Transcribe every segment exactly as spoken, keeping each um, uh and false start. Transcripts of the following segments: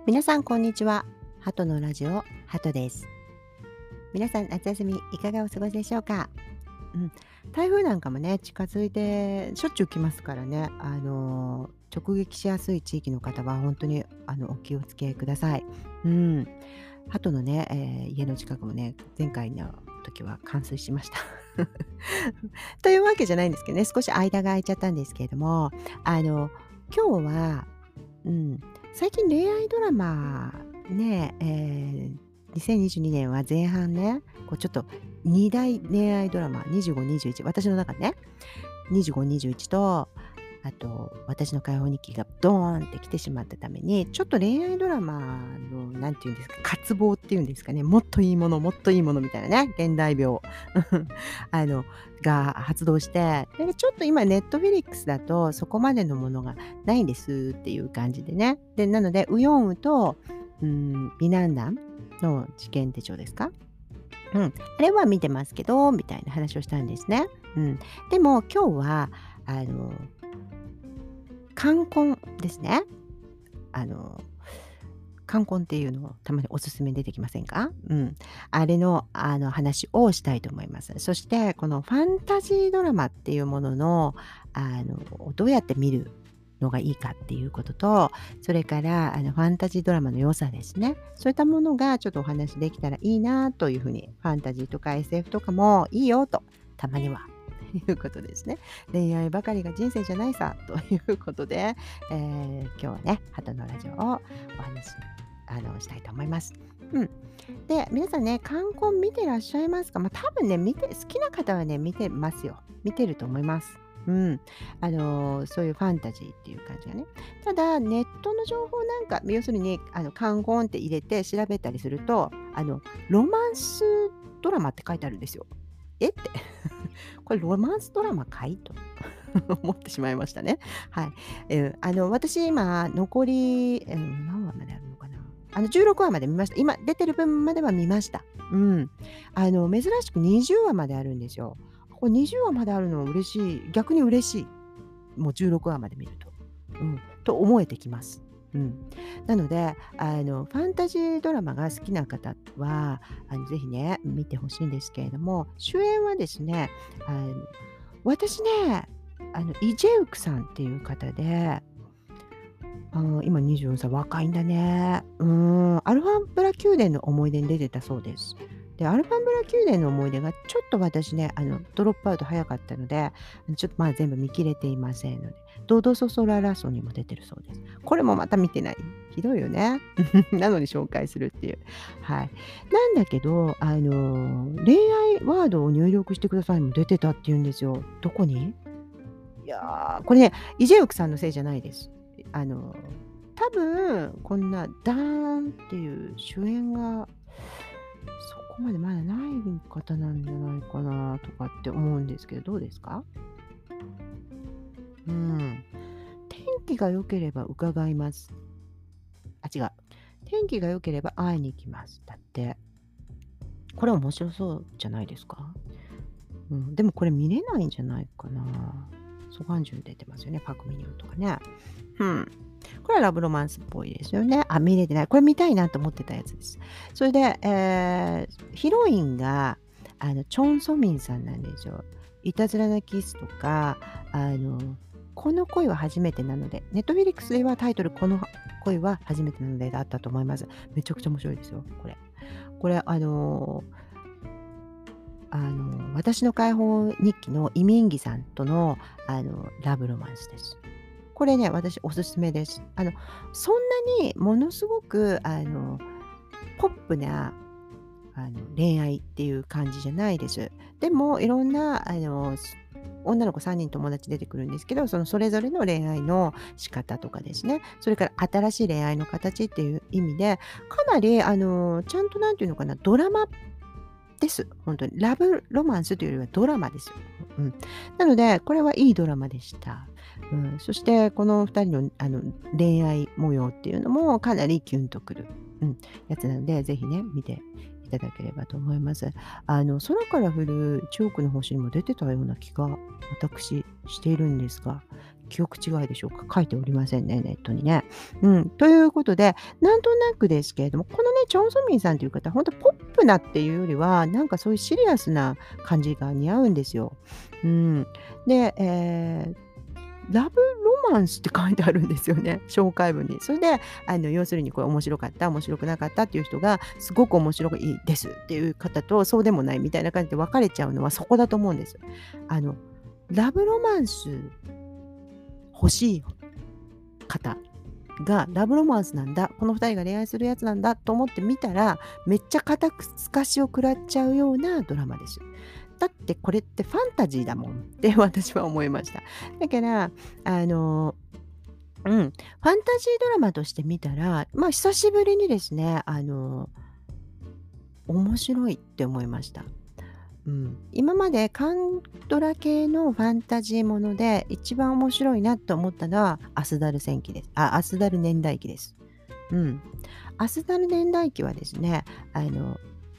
皆さんこんにちは。ハトのラジオハトです。皆さん夏休みいかがお過ごしでしょうか？うん、台風なんかもね近づいてしょっちゅう来ますからね、あの直撃しやすい地域の方は本当にあのお気をつけください。うん、ハトのね、えー家の近くもね前回の時は冠水しました。というわけじゃないんですけどね、少し間が空いちゃったんですけれども、あの今日はうん、最近恋愛ドラマね、えー、にせんにじゅうにねんは前半ね、こうちょっとに大恋愛ドラマ、にじゅうご、にじゅういち、私の中でね、にじゅうご、にじゅういちと、あと私の解放日記がドーンって来てしまったために、ちょっと恋愛ドラマの、なんていうんですか、渇望っていうんですかね、もっといいもの、もっといいものみたいなね、現代病あのが発動して、でちょっと今ネットフィリックスだとそこまでのものがないんですっていう感じでね。で、なので、ウヨンウと、うん、美男団の事件手帳ですか？うん、あれは見てますけど、みたいな話をしたんですね。うん。でも今日は、あの、冠婚ですね。あの、冠婚っていうのをたまにおすすめに出てきませんか？うん。あれの、あの、話をしたいと思います。そして、このファンタジードラマっていうものの、あの、どうやって見るのがいいかっていうことと、それから、あの、ファンタジードラマの良さですね。そういったものがちょっとお話できたらいいなというふうに、ファンタジーとか エスエフ とかもいいよと、たまには。いうことですね。恋愛ばかりが人生じゃないさということで、えー今日はね、鳩のラジオをお話しあのしたいと思います。うん。で、皆さんね、冠婚見てらっしゃいますか？まあ、多分ね、見て好きな方はね、見てますよ。見てると思います。うん。あのーそういうファンタジーっていう感じがね。ただ、ネットの情報なんか、要するに、あの、冠婚って入れて調べたりすると、あの、ロマンスドラマって書いてあるんですよ。えって。これロマンスドラマかいと思ってしまいましたね。はい。えーあの、私今、残り、えー何話まであるのかな。あの、じゅうろくわまで見ました。今出てる分までは見ました。うん。あの、珍しくにじゅうわまであるんですよ。これにじゅうわまであるのは嬉しい。逆に嬉しい。もうじゅうろくわまで見ると。うん。と思えてきます。うん。なので、あの、ファンタジードラマが好きな方は、あの、ぜひね、見てほしいんですけれども、主演はですね、あの、私ね、あの、イ・ジェウクさんっていう方で、あの、今にじゅうよんさい、若いんだね。うーん、アルファンブラ宮殿の思い出に出てたそうです。で、アルファンブラ宮殿の思い出がちょっと私ね、あの、ドロップアウト早かったので、ちょっとまだ全部見切れていませんので、ドドソソララソにも出てるそうです。これもまた見てない。ひどいよね。なのに紹介するっていう。はい。なんだけど、あの、恋愛ワードを入力してくださいも出てたって言うんですよ。どこに？いやー、これね、イジェウクさんのせいじゃないです。あの、多分こんなダーンっていう主演がそこまでまだない方なんじゃないかなとかって思うんですけど、どうですか？うん。天気が良ければ伺います。あ、違う。天気が良ければ会いに行きます。だって。これ面白そうじゃないですか？うん、でもこれ見れないんじゃないかな。ソガンジュン出てますよね、パクミニョンとかね。うん。これはラブロマンスっぽいですよね。あ、見れてない。これ見たいなと思ってたやつです。それで、えーヒロインが、あの、チョン・ソミンさんなんですよ。いたずらなキスとか、あの、この恋は初めてなので、ネットフィリックスではタイトル、この恋は初めてなのでだったと思います。めちゃくちゃ面白いですよ、これ。これ、あのあの、私の解放日記のイ・ミンギさんとの、あの、ラブロマンスです。これね、私おすすめです。あの、そんなにものすごく、あの、ポップな、あの、恋愛っていう感じじゃないです。でも、いろんな、あの、す女の子さんにん友達出てくるんですけど、そのそれぞれの恋愛の仕方とかですね、それから新しい恋愛の形っていう意味で、かなり、あの、ちゃんとなんていうのかな、ドラマです。本当に。ラブロマンスというよりはドラマですよ。うん。なので、これはいいドラマでした。うん。そして、このふたりの、あの、恋愛模様っていうのもかなりキュンとくる、うん、やつなので、ぜひね、見ていただければと思います。あの、空から降るいちおくの星にも出てたような気が、私しているんですが、 記憶違いでしょうか。書いておりませんね、ネットにね。うん。ということで、なんとなくですけれども、このね、チョン・ソンミンさんという方、ほんとポップなっていうよりは、なんかそういうシリアスな感じが似合うんですよ。うん。で、えーラブロマンスって書いてあるんですよね、紹介文に。それで、あの、要するにこれ面白かった、面白くなかったっていう人が、すごく面白いですっていう方と、そうでもないみたいな感じで分かれちゃうのはそこだと思うんです。あの、ラブロマンス欲しい方がラブロマンスなんだ、このふたりが恋愛するやつなんだと思って見たら、めっちゃ肩透かしを食らっちゃうようなドラマです。だってこれってファンタジーだもんって私は思いました。だから、あの、うん、ファンタジードラマとして見たら、まあ、久しぶりにですね、あの、面白いって思いました。うん、今までカンドラ系のファンタジーもので一番面白いなと思ったのはアスダル戦記です。あ、アスダル年代記です。うん。アスダル年代記はですね、あの、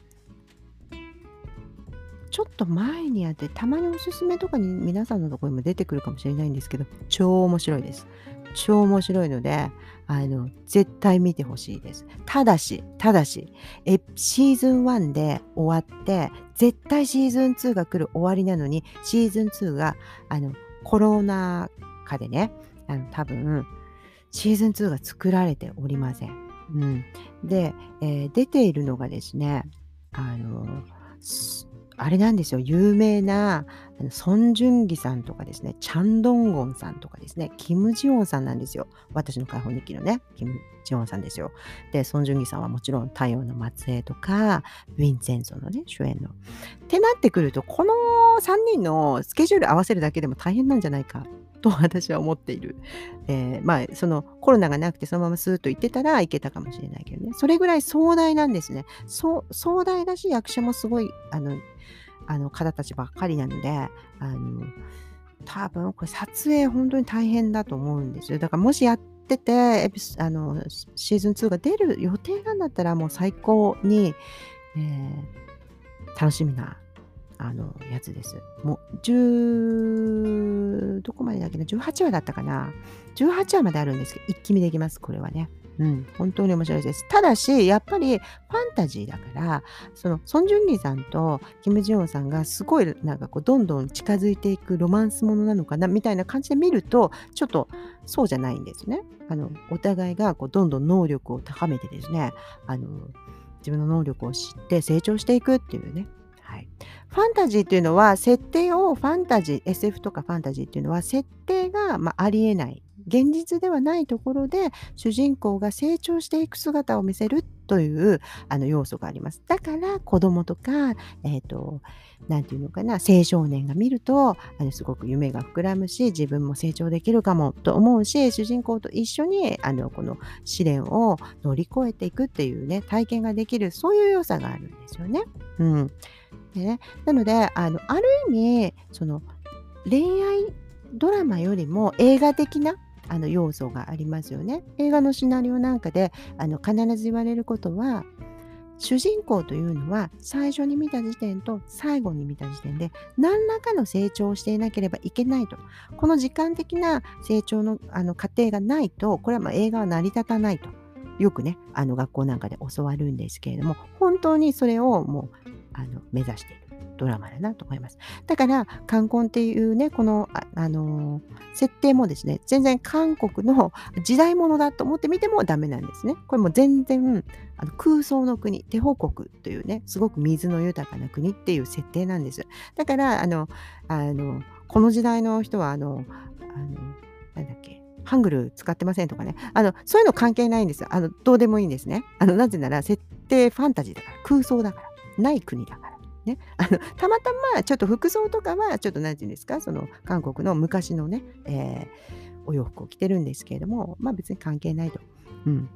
ちょっと前にあって、たまにおすすめとかに皆さんのところにも出てくるかもしれないんですけど、超面白いです。超面白いので、あの、絶対見てほしいです。ただし、ただし、え、シーズンワンで終わって、絶対シーズンツーが来る終わりなのに、シーズンツーが、あの、コロナ禍でね、あの、多分、シーズンツーが作られておりません。うん。で、えー出ているのがですね、あの、すあれなんですよ、有名な、あの、ソン・ジュンギさんとかですね、チャン・ドンゴンさんとかですね、キム・ジヨンさんなんですよ。私の解放日記のね、キム・ジヨンさんですよ。で、ソン・ジュンギさんはもちろん太陽の末裔とか、ヴィンセンソのね、主演の。ってなってくると、このさんにんのスケジュール合わせるだけでも大変なんじゃないかと私は思っている。えーまあ、そのコロナがなくてそのままスーッと行ってたら行けたかもしれないけどね。それぐらい壮大なんですね。そう壮大だし、役者もすごい、あの、あの方たちばっかりなので、あの、多分これ撮影本当に大変だと思うんですよ。だからもしやってて、エピソあの、シーズンツーが出る予定なんだったら、もう最高に、えー楽しみな、あの、やつです。もう、じゅうどこまでだっけな、じゅうはちわだったかな。じゅうはちわまであるんですけど、一気見できます、これはね。うん、本当に面白いです。ただし、やっぱりファンタジーだから、その、ソン・ジュンギさんとキム・ジヨンさんがすごいなんかこう、どんどん近づいていくロマンスものなのかなみたいな感じで見ると、ちょっとそうじゃないんですね。あの、お互いがこうどんどん能力を高めてですね、あの、自分の能力を知って成長していくっていうね。はい。ファンタジーっていうのは、設定をファンタジー、エスエフ とかファンタジーっていうのは、設定が、まあ、ありえない。現実ではないところで、主人公が成長していく姿を見せるという、あの、要素があります。だから、子供とか、えっと、なんていうのかな、青少年が見ると、あの、すごく夢が膨らむし、自分も成長できるかもと思うし、主人公と一緒に、あの、この試練を乗り越えていくっていうね、体験ができる、そういう良さがあるんですよね。うん。でね、なので、あの、ある意味、その、恋愛ドラマよりも映画的な、あの、要素がありますよね。映画のシナリオなんかで、あの、必ず言われることは、主人公というのは、最初に見た時点と最後に見た時点で、何らかの成長をしていなければいけないと。この時間的な成長の、あの、過程がないと、これはまあ映画は成り立たないと。よくね、あの、学校なんかで教わるんですけれども、本当にそれをもう、あの、目指しているドラマだなと思います。だから、冠婚っていうね、この、あ、あのー設定もですね、全然韓国の時代物だと思って見てもダメなんですね。これも全然、あの、空想の国、テホ国というね、すごく水の豊かな国っていう設定なんです。だから、あの、あの、この時代の人は、あの、あの、なんだっけ、ハングル使ってませんとかね。あの、そういうの関係ないんですよ。あの、どうでもいいんですね。あの、なぜなら、設定ファンタジーだから、空想だから、ない国だから。ね、あのたまたまちょっと服装とかはちょっと何て言うんですか、その韓国の昔のね、えーお洋服を着てるんですけれども、まあ別に関係ないと。うん。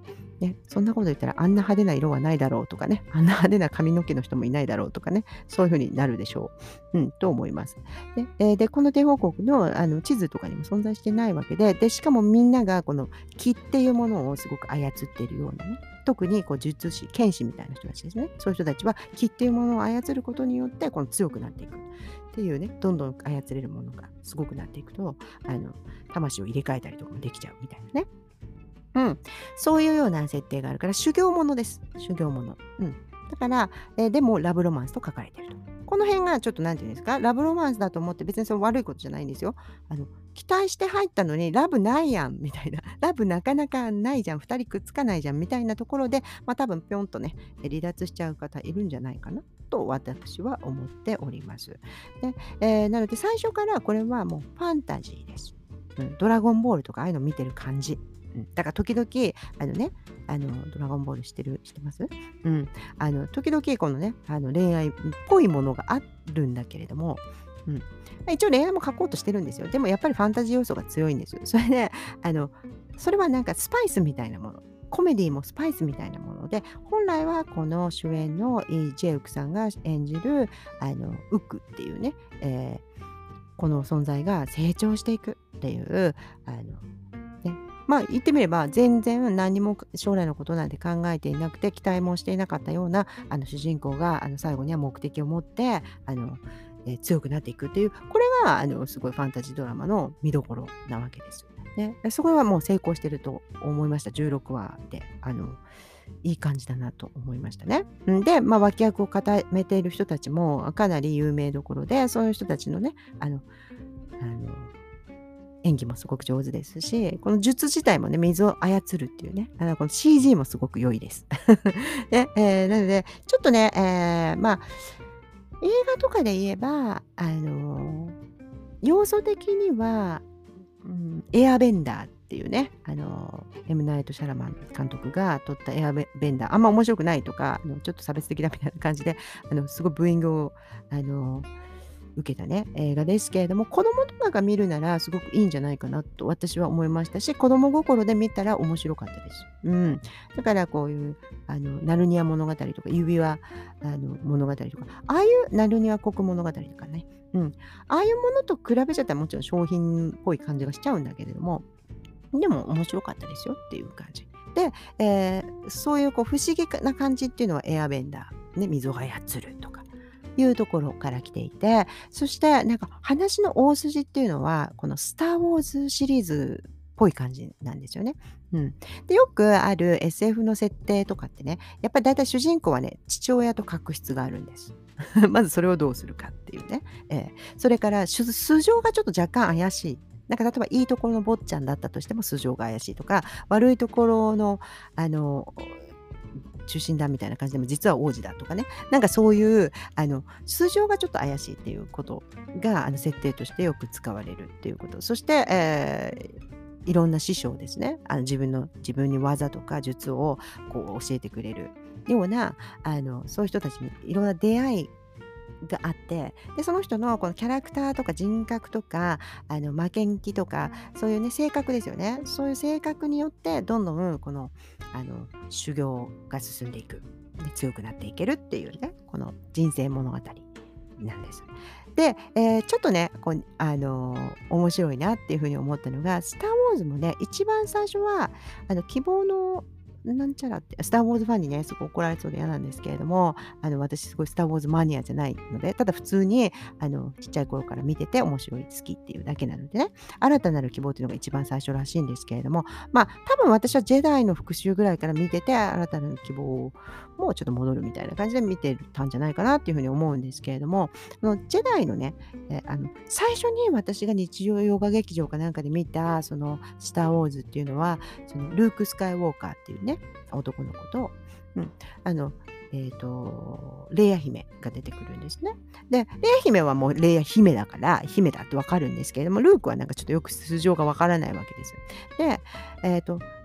ね、そんなこと言ったらあんな派手な色はないだろうとかね、あんな派手な髪の毛の人もいないだろうとかね、そういう風になるでしょう。うん、と思います。で、えーで、この帝王国のあの地図とかにも存在してないわけで、で、しかもみんながこの気っていうものをすごく操っているようなね、特にこう術師、剣士みたいな人たちですね。そういう人たちは気っていうものを操ることによってこの強くなっていくっていうね、どんどん操れるものがすごくなっていくと、あの魂を入れ替えたりとかもできちゃうみたいなね。うん。そういうような設定があるから、修行ものです。修行もの。うん。だから、えーでもラブロマンスと書かれてると。この辺がちょっと何て言うんですか、ラブロマンスだと思って別にそれ悪いことじゃないんですよ。あの、期待して入ったのにラブないやんみたいな、ラブなかなかないじゃん、ふたりくっつかないじゃんみたいなところで、まあ多分ぴょんとね、え離脱しちゃう方いるんじゃないかなと私は思っております。で、えーなので最初からこれはもうファンタジーです。うん、ドラゴンボールとかああいうの見てる感じ。うん、だから時々、あのね、あの、ドラゴンボール知ってる知ってます？うん。あの、時々このね、あの、恋愛っぽいものがあるんだけれども、うん。一応恋愛も書こうとしてるんですよ。でもやっぱりファンタジー要素が強いんです。それで、あの、それはなんかスパイスみたいなもの。コメディもスパイスみたいなもので、本来はこの主演のイ・ジェウクさんが演じる、あの、ウクっていうね、えーこの存在が成長していくっていう、あの、ね、まあ言ってみれば全然何にも将来のことなんて考えていなくて期待もしていなかったようなあの主人公があの最後には目的を持ってあの、えー強くなっていくっていうこれがあのすごいファンタジードラマの見どころなわけです。ね、そこはもう成功してると思いました。じゅうろくわであのいい感じだなと思いましたね。んで、まあ、脇役を固めている人たちもかなり有名どころでそういう人たちのねあのあの演技もすごく上手ですし、この術自体もね、水を操るっていうね、あのこの シージー もすごく良いです。で、えーなので、ちょっとね、えーまあ、映画とかで言えば、あのー要素的には、うん、エアベンダーっていうね、あのーエム・ナイト・シャラマン監督が撮ったエアベンダー、あんま面白くないとか、あのちょっと差別的だみたいな感じで、あのすごいブーイングを、あのー受けたね、映画ですけれども、子供とかが見るならすごくいいんじゃないかなと私は思いましたし、子供心で見たら面白かったです。うん。だからこういう、あの、ナルニア物語とか、指輪あの物語とか、ああいうナルニア国物語とかね、うん。ああいうものと比べちゃったらもちろん商品っぽい感じがしちゃうんだけれども、でも面白かったですよっていう感じ。で、えーそういうこう不思議な感じっていうのはエアベンダー、ね、水を操るとかいうところから来ていて、そしてなんか話の大筋っていうのは、このスター・ウォーズシリーズっぽい感じなんですよね。うん。で、よくある エスエフ の設定とかってね、やっぱりだいたい主人公はね、父親と確執があるんです。まずそれをどうするかっていうね。えーそれから素素性がちょっと若干怪しい。なんか例えばいいところの坊ちゃんだったとしても素性が怪しいとか、悪いところの、あの、中心だみたいな感じでも実は王子だとかね。なんかそういう、あの、素性がちょっと怪しいっていうことが、あの、設定としてよく使われるっていうこと。そして、えーいろんな師匠ですね。あの自分の自分に技とか術をこう教えてくれるようなあのそういう人たちにいろんな出会いがあって、でその人のこのキャラクターとか人格とかあの負けん気とかそういうね性格ですよね。そういう性格によってどんどんこのあの修行が進んでいく、で強くなっていけるっていうねこの人生物語なんです。で、えーちょっとねこう、あのー面白いなっていうふうに思ったのが「スター・ウォーズ」もね一番最初はあの希望のなんちゃらって、スター・ウォーズファンにね、すごい怒られそうで嫌なんですけれども、あの、私すごいスター・ウォーズマニアじゃないので、ただ普通に、あの、ちっちゃい頃から見てて面白い、好きっていうだけなのでね、新たなる希望っていうのが一番最初らしいんですけれども、まあ、多分私はジェダイの復讐ぐらいから見てて、新たなる希望もちょっと戻るみたいな感じで見てたんじゃないかなっていうふうに思うんですけれども、そのジェダイのね、えあの、最初に私が日曜洋画劇場かなんかで見た、その、スター・ウォーズっていうのは、その、ルーク・スカイウォーカーっていうね、男の子と、うん、あの、えっ、と、レイヤ姫が出てくるんですね。で、レイヤ姫はもうレイヤ姫だから、姫だってわかるんですけれども、ルークはなんかちょっとよく素性がわからないわけです。で、えっ、と、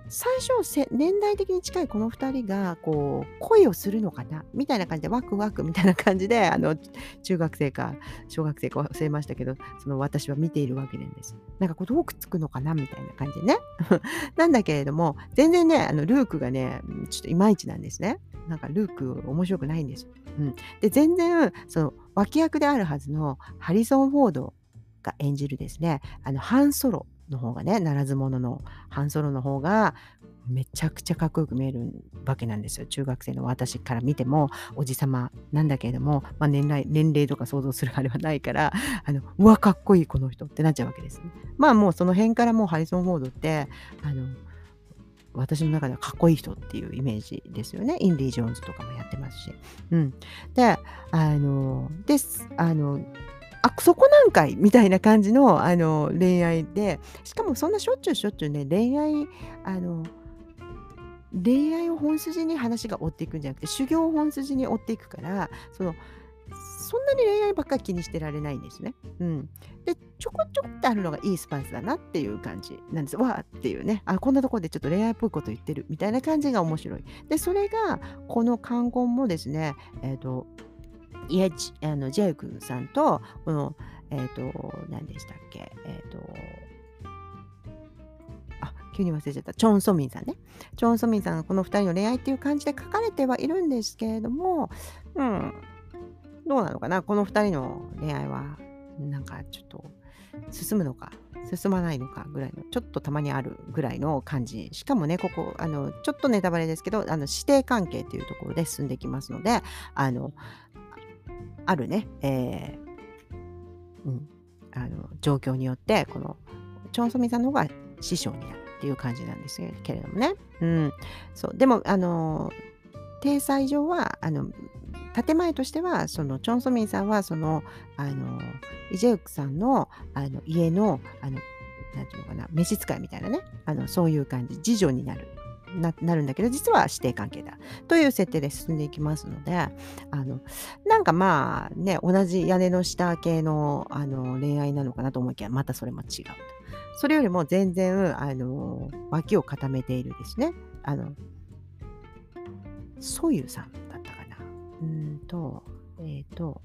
最初せ年代的に近いこのふたりがこう恋をするのかなみたいな感じでワクワクみたいな感じであの中学生か小学生か忘れましたけど、その私は見ているわけなんです。なんかこうどうくっつくのかなみたいな感じでね。なんだけれども、全然ね、あのルークがね、ちょっといまいちなんですね。なんかルーク面白くないんです。うん。で、全然その脇役であるはずのハリソン・フォードが演じるですね、あのハンソロの方がね、ならず者のハンソロの方がめちゃくちゃかっこよく見えるわけなんですよ。中学生の私から見てもおじさまなんだけれども、まあ、年齢年齢とか想像するあれはないから、あのうわかっこいいこの人ってなっちゃうわけですね。まあもうその辺からもうハリソン・フォードってあの私の中ではかっこいい人っていうイメージですよね。インディ・ジョーンズとかもやってますし。うん。で、あの、です。あの、あ、そこなんかいみたいな感じの、あの、恋愛で、しかもそんなしょっちゅうしょっちゅうね、恋愛、あの、恋愛を本筋に話が追っていくんじゃなくて、修行を本筋に追っていくから、その、そんなに恋愛ばっかり気にしてられないんですね。うん。で、ちょこちょこってあるのがいいスパイスだなっていう感じなんです。わーっていうね、あ、こんなところでちょっと恋愛っぽいこと言ってるみたいな感じが面白い。で、それが、この観言もですね、えっ、と、いや、ジあのジェイクさんと、この、えっ、と、何でしたっけ、えっ、と、あ、急に忘れちゃった。チョン・ソミンさんね。チョン・ソミンさんがこのふたりの恋愛っていう感じで書かれてはいるんですけれども、うん、どうなのかな、このふたりの恋愛は、なんかちょっと進むのか、進まないのかぐらいの、ちょっとたまにあるぐらいの感じ。しかもね、ここ、あの、ちょっとネタバレですけど、あの、師弟関係っていうところで進んできますので、あの、あるね、えーうん、あの、状況によって、この、チョンソミンさんの方が師匠になるっていう感じなんですけれどもね。うん。そう。でも、あの、体裁上は、あの、建前としては、そのチョン・ソミンさんは、その、あの、イ・ジェウクさんの、あの、家の、あの、なんていうのかな、召使いみたいなね、あの、そういう感じ、次女になる。ななるんだけど、実は師弟関係だという設定で進んでいきますので、あの、なんかまあね、同じ屋根の下系のあの恋愛なのかなと思いきや、またそれも違うと。それよりも全然、あの、脇を固めているですね。あの、ソユさんだったかな。うーんと、えっ、と、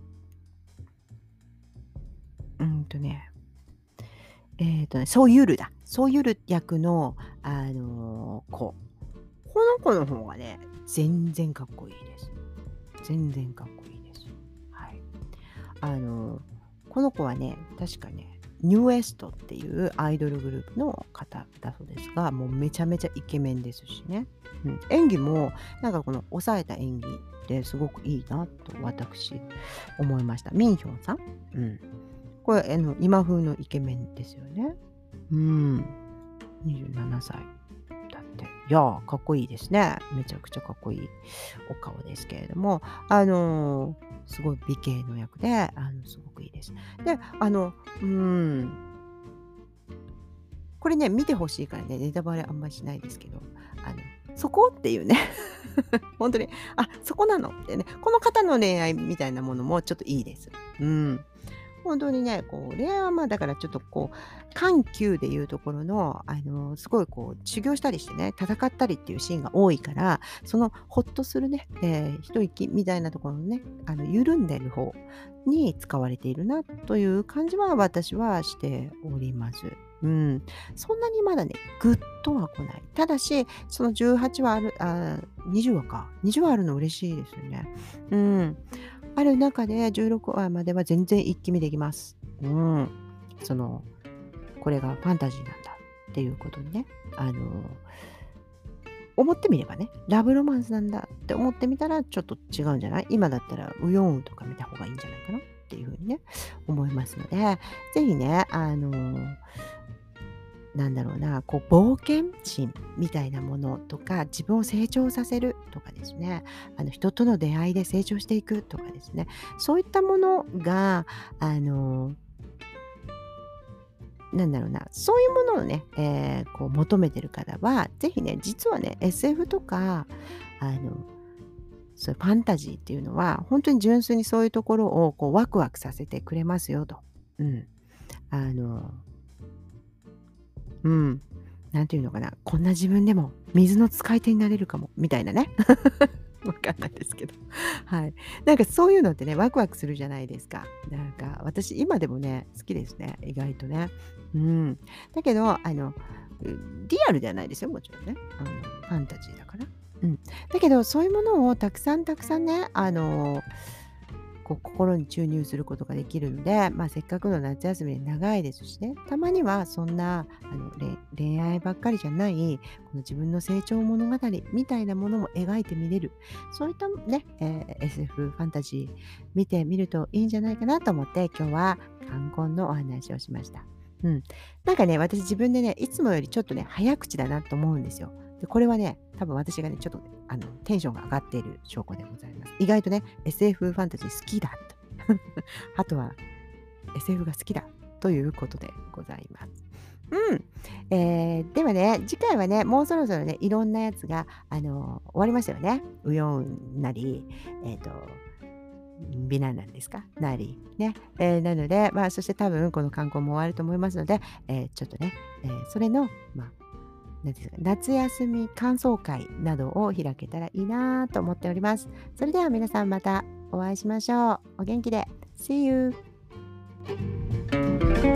うーんとね、えっ、とね、ソユルだ。ソユル役の、あのー子。この子の方がね、全然かっこいいです。全然かっこいいです。はい。あのーこの子はね、確かね、ニューエストっていうアイドルグループの方だそうですが、もうめちゃめちゃイケメンですしね。うん、演技も、なんかこの抑えた演技ですごくいいなと私思いました。ミンヒョンさん、うん、これあの今風のイケメンですよね。うん、にじゅうななさいだって。いやー、かっこいいですね。めちゃくちゃかっこいいお顔ですけれども、あのーすごい美形の役で、あのすごくいいです。で、あの、うん、これね、見てほしいからね、ネタバレあんまりしないですけど、あの、そこっていうね、本当に、あ、そこなのってね、この方の恋愛みたいなものもちょっといいです。うん。本当にね、こう、恋愛はまあだからちょっとこう、緩急でいうところの、あの、すごいこう、修行したりしてね、戦ったりっていうシーンが多いから、そのほっとするね、えー一息みたいなところのね、あの、緩んでる方に使われているなという感じは私はしております。うん。そんなにまだね、ぐっとは来ない。ただし、そのじゅうはちわある、あー、にじゅうわか。にじゅうわあるの嬉しいですよね。うん。ある中でじゅうろくわまでは全然一気見できます。うん。その、これがファンタジーなんだっていうことにね、あの、思ってみればね、ラブロマンスなんだって思ってみたらちょっと違うんじゃない？今だったらウヨンウとか見た方がいいんじゃないかなっていうふうにね、思いますので、ぜひね、あの、なんだろうな、こう冒険心みたいなものとか、自分を成長させるとかですね、あの人との出会いで成長していくとかですね、そういったものが、あの、なんだろうな、そういうものをね、えーこう求めてる方は、ぜひね、実はね、エスエフ とか、あの、そういうファンタジーっていうのは、本当に純粋にそういうところをこうワクワクさせてくれますよと。うん。あの、うん。 なんていうのかな、こんな自分でも水の使い手になれるかもみたいなね。わかんないですけど。はい。なんかそういうのってね、ワクワクするじゃないですか。なんか私今でもね、好きですね、意外とね。うん。だけど、あの、うリアルではないですよ、もちろんね。あの、ファンタジーだから。うん。だけど、そういうものをたくさんたくさんね、あの、こう心に注入することができるので、まあ、せっかくの夏休みで長いですしね、たまにはそんなあのれ恋愛ばっかりじゃない、この自分の成長物語みたいなものも描いてみれる。そういったね、えー エスエフ フファンタジー見てみるといいんじゃないかなと思って、今日は冠婚のお話をしました。うん。なんかね、私自分でね、いつもよりちょっとね、早口だなと思うんですよ。で、これはね、多分私がね、ちょっとね、あの、テンションが上がっている証拠でございます。意外とね、エスエフ フファンタジー好きだと。あとは エスエフ が好きだということでございます。うん。えー、ではね、次回はね、もうそろそろね、いろんなやつが、あの、終わりますよね。ウヨンなり、えっ、と、美男なんですかなり。ね。えーなので、まあ、そして多分この観光も終わると思いますので、えーちょっとね、えーそれの、まあ、なんていうんですか、夏休み感想会などを開けたらいいなと思っております。それでは皆さんまたお会いしましょう。お元気で。See you!